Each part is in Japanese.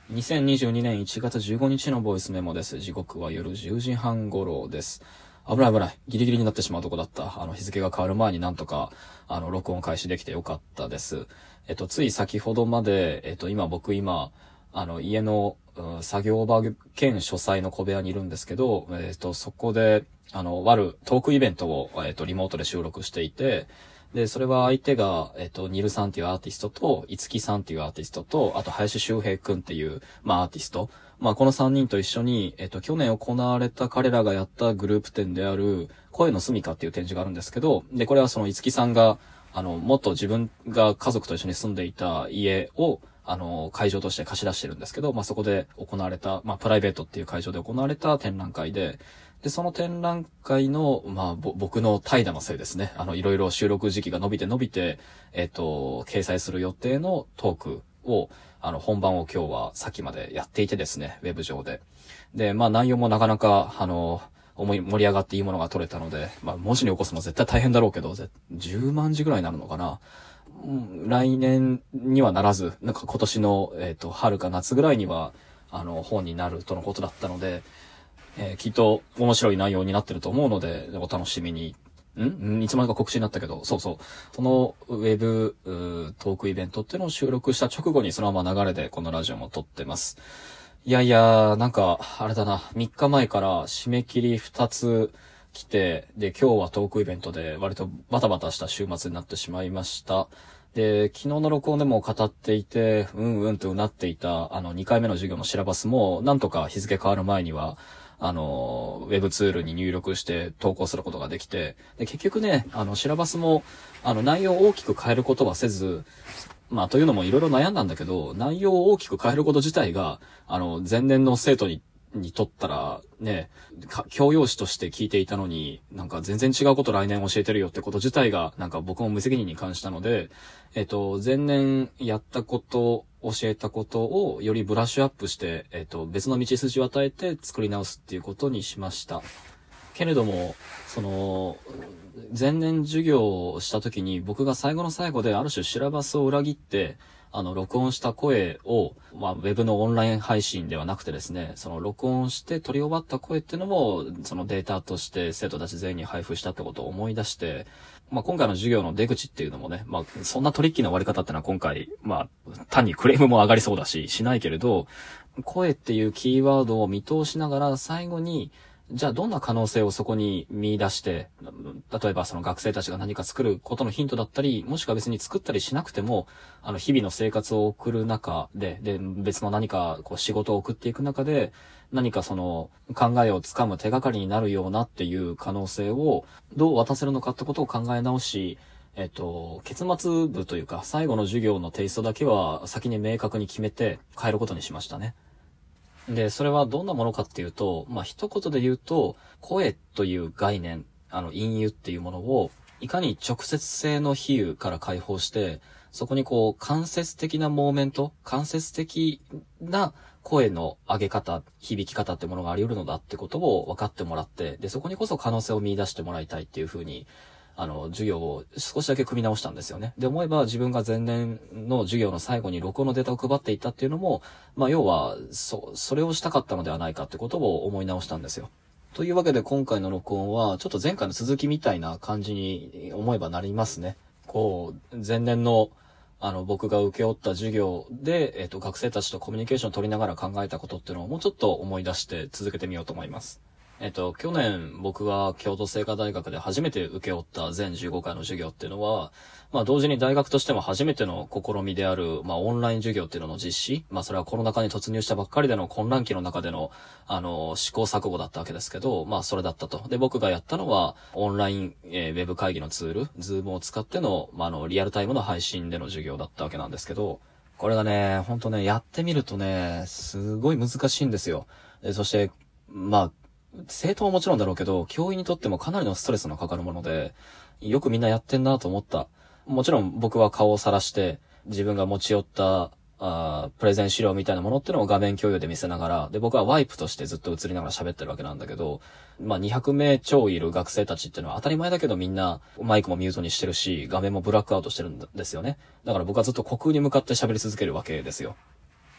2022年1月15日のボイスメモです。時刻は夜10時半頃です。危ない危ない。ギリギリになってしまうとこだった。日付が変わる前になんとか、録音開始できてよかったです。つい先ほどまで、僕今、家の、作業場兼書斎の小部屋にいるんですけど、そこで、トークイベントを、リモートで収録していて、で、それは相手が、ニルさんっていうアーティストと、いつきさんっていうアーティストと、あと、林修平くんっていう、アーティスト。この3人と一緒に、去年行われた彼らがやったグループ展である、声の住処っていう展示があるんですけど、で、これはそのいつきさんが、もっと自分が家族と一緒に住んでいた家を、会場として貸し出してるんですけど、そこで行われた、プライベートっていう会場で行われた展覧会で、その展覧会の、僕の怠惰のせいですね。いろいろ収録時期が伸びて、掲載する予定のトークを、本番を今日はさっきまでやっていてですね、ウェブ上で。で、内容もなかなか、盛り上がっていいものが取れたので、文字に起こすの絶対大変だろうけど、10万字ぐらいになるのかな。来年にはならず、なんか今年の、春か夏ぐらいには、本になるとのことだったので、きっと面白い内容になってると思うので、お楽しみに。いつまでか告知になったけど、そう。そのウェブトークイベントっていうのを収録した直後にそのまま流れでこのラジオも撮ってます。いやいや、なんか、あれだな、3日前から締め切り2つ来て、で、今日はトークイベントで割とバタバタした週末になってしまいました。で、昨日の録音でも語っていて、とうなっていた、2回目の授業のシラバスも、なんとか日付変わる前には、ウェブツールに入力して投稿することができて、で、結局ね、シラバスも、内容を大きく変えることはせず、というのもいろいろ悩んだんだけど、内容を大きく変えること自体が、前年の生徒にとったら、ね、教養士として聞いていたのに、なんか全然違うこと来年教えてるよってこと自体が、なんか僕も無責任に感じたので、前年やったこと、教えたことをよりブラッシュアップして、別の道筋を与えて作り直すっていうことにしました。けれども、前年授業をした時に僕が最後の最後である種シラバスを裏切って、録音した声を、ウェブのオンライン配信ではなくてですね、その録音して撮り終わった声っていうのも、そのデータとして生徒たち全員に配布したってことを思い出して、今回の授業の出口っていうのもね、そんなトリッキーな終わり方ってのは今回、単にクレームも上がりそうだし、しないけれど、声っていうキーワードを見通しながら最後に、じゃあどんな可能性をそこに見出して、例えばその学生たちが何か作ることのヒントだったり、もしくは別に作ったりしなくても、日々の生活を送る中で、別の何かこう仕事を送っていく中で、何かその考えをつかむ手がかりになるようなっていう可能性をどう渡せるのかってことを考え直し、結末部というか最後の授業のテイストだけは先に明確に決めて変えることにしましたね。で、それはどんなものかっていうと、一言で言うと、声という概念、隠喩っていうものを、いかに直接性の比喩から解放して、そこにこう、間接的なモーメント、間接的な声の上げ方、響き方ってものがあり得るのだってことを分かってもらって、で、そこにこそ可能性を見出してもらいたいっていうふうに、授業を少しだけ組み直したんですよね。で、思えば自分が前年の授業の最後に録音のデータを配っていたっていうのも、要は、それをしたかったのではないかってことを思い直したんですよ。というわけで今回の録音は、ちょっと前回の続きみたいな感じに思えばなりますね。前年の、僕が請け負った授業で、学生たちとコミュニケーションを取りながら考えたことっていうのをもうちょっと思い出して続けてみようと思います。去年僕が京都精華大学で初めて請け負った全15回の授業っていうのは、同時に大学としても初めての試みである、オンライン授業っていうのの実施。それはコロナ禍に突入したばっかりでの混乱期の中での、試行錯誤だったわけですけど、それだったと。で、僕がやったのは、オンライン、ウェブ会議のツール、ズームを使っての、リアルタイムの配信での授業だったわけなんですけど、これがね、ほんとね、やってみるとね、すごい難しいんですよ。そして、生徒はもちろんだろうけど、教員にとってもかなりのストレスのかかるもので、よくみんなやってんなと思った。もちろん僕は顔を晒して、自分が持ち寄ったプレゼン資料みたいなものってのを画面共有で見せながら、で、僕はワイプとしてずっと映りながら喋ってるわけなんだけど、200名超いる学生たちっていうのは当たり前だけどみんなマイクもミュートにしてるし、画面もブラックアウトしてるんですよね。だから僕はずっと虚空に向かって喋り続けるわけですよ。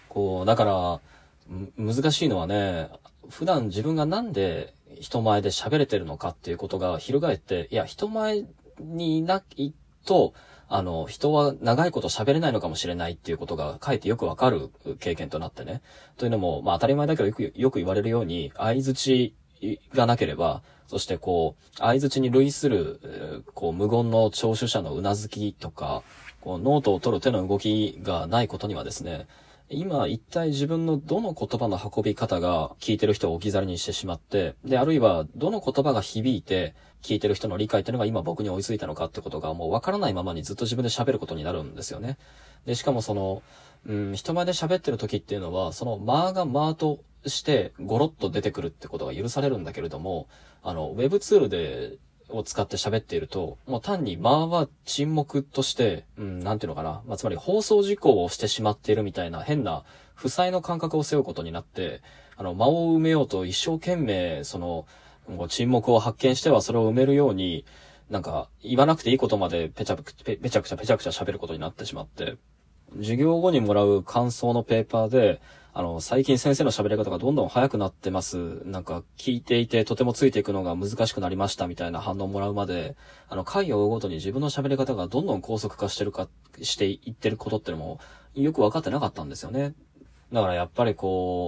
だから、難しいのはね、普段自分がなんで人前で喋れてるのかっていうことが翻って、いや、人前にいないと、人は長いこと喋れないのかもしれないっていうことがかえってよくわかる経験となってね。というのも、当たり前だけどよく言われるように、相槌がなければ、そして相槌に類する、無言の聴取者のうなずきとか、ノートを取る手の動きがないことにはですね、今一体自分のどの言葉の運び方が聞いてる人を置き去りにしてしまって、で、あるいはどの言葉が響いて聞いてる人の理解っていうのが今僕に追いついたのかってことがもうわからないままにずっと自分で喋ることになるんですよね。で、しかも人前で喋ってる時っていうのは、その間が間としてゴロッと出てくるってことが許されるんだけれども、ウェブツールを使って喋っていると、もう単に間は沈黙として、なんていうのかな。つまり放送事項をしてしまっているみたいな変な負債の感覚を背負うことになって、間を埋めようと一生懸命、沈黙を発見してはそれを埋めるように、なんか言わなくていいことまでペチャクチャ喋ることになってしまって、授業後にもらう感想のペーパーで、最近先生の喋り方がどんどん速くなってます。なんか聞いていてとてもついていくのが難しくなりましたみたいな反応をもらうまで、回を追うごとに自分の喋り方がどんどん高速化していってることってのもよく分かってなかったんですよね。だからやっぱり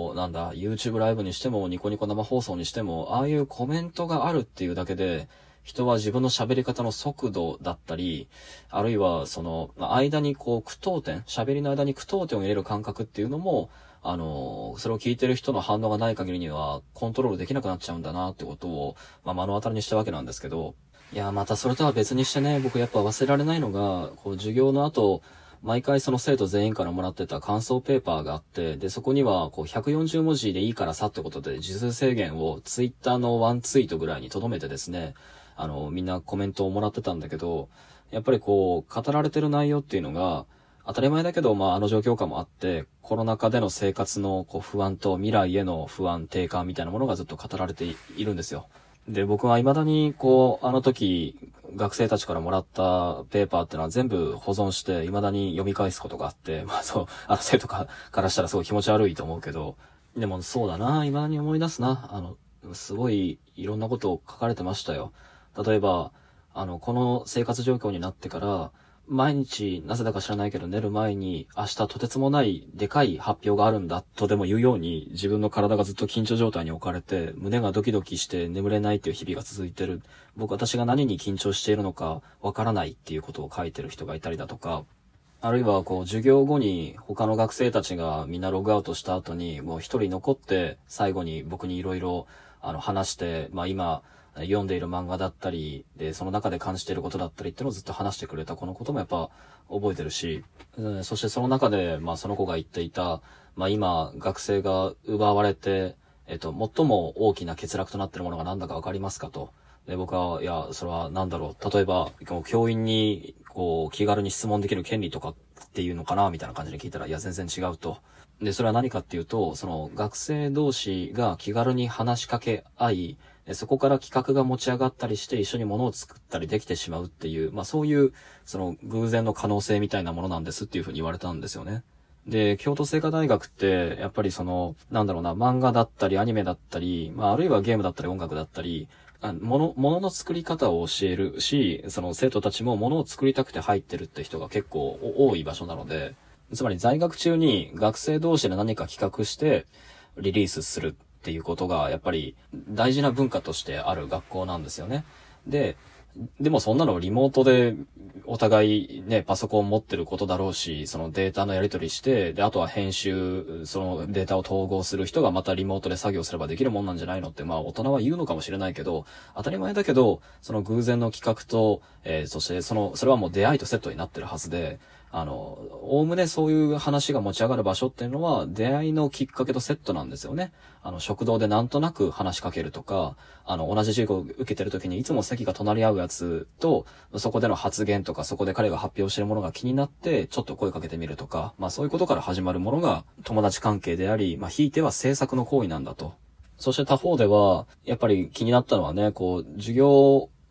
YouTube ライブにしてもニコニコ生放送にしても、ああいうコメントがあるっていうだけで、人は自分の喋り方の速度だったり、あるいは間に喋りの間に句読点を入れる感覚っていうのも、それを聞いてる人の反応がない限りにはコントロールできなくなっちゃうんだなってことを、目の当たりにしたわけなんですけど、いや、またそれとは別にしてね、僕やっぱ忘れられないのが、授業の後、毎回その生徒全員からもらってた感想ペーパーがあって、で、そこには140文字でいいからさってことで字数制限をツイッターのワンツイートぐらいに留めてですね、みんなコメントをもらってたんだけど、やっぱり語られてる内容っていうのが、当たり前だけど、状況下もあって、コロナ禍での生活の不安と未来への不安定感みたいなものがずっと語られているんですよ。で、僕は未だにあの時、学生たちからもらったペーパーっていうのは全部保存して未だに読み返すことがあって、生徒からしたらすごい気持ち悪いと思うけど、でもそうだな、未だに思い出すな。すごいいろんなことを書かれてましたよ。例えば、この生活状況になってから、毎日、なぜだか知らないけど寝る前に、明日とてつもないでかい発表があるんだとでも言うように、自分の体がずっと緊張状態に置かれて、胸がドキドキして眠れないっていう日々が続いてる。私が何に緊張しているのかわからないっていうことを書いてる人がいたりだとか、あるいは授業後に他の学生たちがみんなログアウトした後に、もう一人残って最後に僕にいろいろ話して、今、読んでいる漫画だったり、で、その中で感じていることだったりっていうのをずっと話してくれたこのこともやっぱ覚えてるし、そしてその中で、その子が言っていた、今、学生が奪われて、最も大きな欠落となっているものが何だかわかりますかと。で、僕は、いや、それは何だろう。例えば、教員に、気軽に質問できる権利とかっていうのかなみたいな感じで聞いたら、いや、全然違うと。で、それは何かっていうと、学生同士が気軽に話しかけ合い、そこから企画が持ち上がったりして一緒に物を作ったりできてしまうっていう、そういう、偶然の可能性みたいなものなんですっていうふうに言われたんですよね。で、京都精華大学って、やっぱり漫画だったりアニメだったり、あるいはゲームだったり音楽だったり、物の作り方を教えるし、生徒たちも物を作りたくて入ってるって人が結構多い場所なので、つまり在学中に学生同士で何か企画してリリースするっていうことがやっぱり大事な文化としてある学校なんですよね。でもそんなのリモートでお互いね、パソコン持ってることだろうし、そのデータのやり取りして、で、あとは編集、そのデータを統合する人がまたリモートで作業すればできるもんなんじゃないのって、大人は言うのかもしれないけど、当たり前だけど、その偶然の企画と、そしてそれはもう出会いとセットになってるはずで、おおむねそういう話が持ち上がる場所っていうのは出会いのきっかけとセットなんですよね。食堂でなんとなく話しかけるとか、同じ授業を受けてる時にいつも席が隣り合うやつと、そこでの発言とか、そこで彼が発表してるものが気になって、ちょっと声かけてみるとか、そういうことから始まるものが友達関係であり、ひいては制作の行為なんだと。そして他方では、やっぱり気になったのはね、授業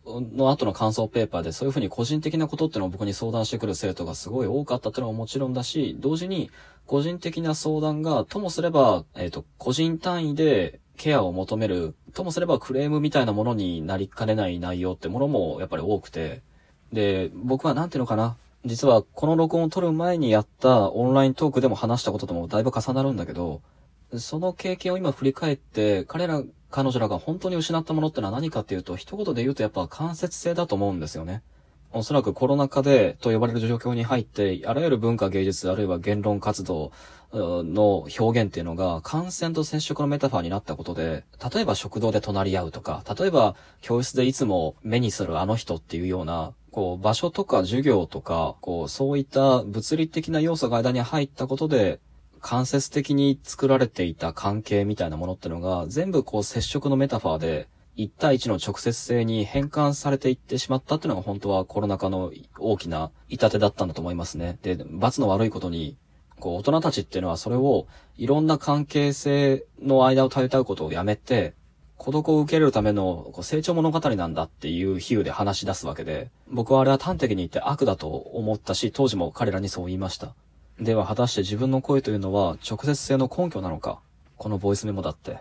の後の感想ペーパーでそういうふうに個人的なことってのを僕に相談してくる生徒がすごい多かったっていうのはもちろんだし、同時に個人的な相談がともすれば、個人単位でケアを求める、ともすればクレームみたいなものになりかねない内容ってものもやっぱり多くて、で、僕はなんていうのかな、実はこの録音を撮る前にやったオンライントークでも話したことともだいぶ重なるんだけど、その経験を今振り返って、彼女らが本当に失ったものってのは何かっていうと、一言で言うとやっぱ間接性だと思うんですよね。おそらくコロナ禍でと呼ばれる状況に入って、あらゆる文化芸術、あるいは言論活動の表現っていうのが感染と接触のメタファーになったことで、例えば食堂で隣り合うとか、例えば教室でいつも目にするあの人っていうような、場所とか授業とか、そういった物理的な要素が間に入ったことで、間接的に作られていた関係みたいなものってのが、全部接触のメタファーで、一対一の直接性に変換されていってしまったっていうのが本当はコロナ禍の大きな痛手だったんだと思いますね。で、罰の悪いことに、大人たちっていうのはそれをいろんな関係性の間を絶うことをやめて、孤独を受け入れるための成長物語なんだっていう比喩で話し出すわけで、僕はあれは端的に言って悪だと思ったし、当時も彼らにそう言いました。では果たして自分の声というのは直接性の根拠なのか、このボイスメモだって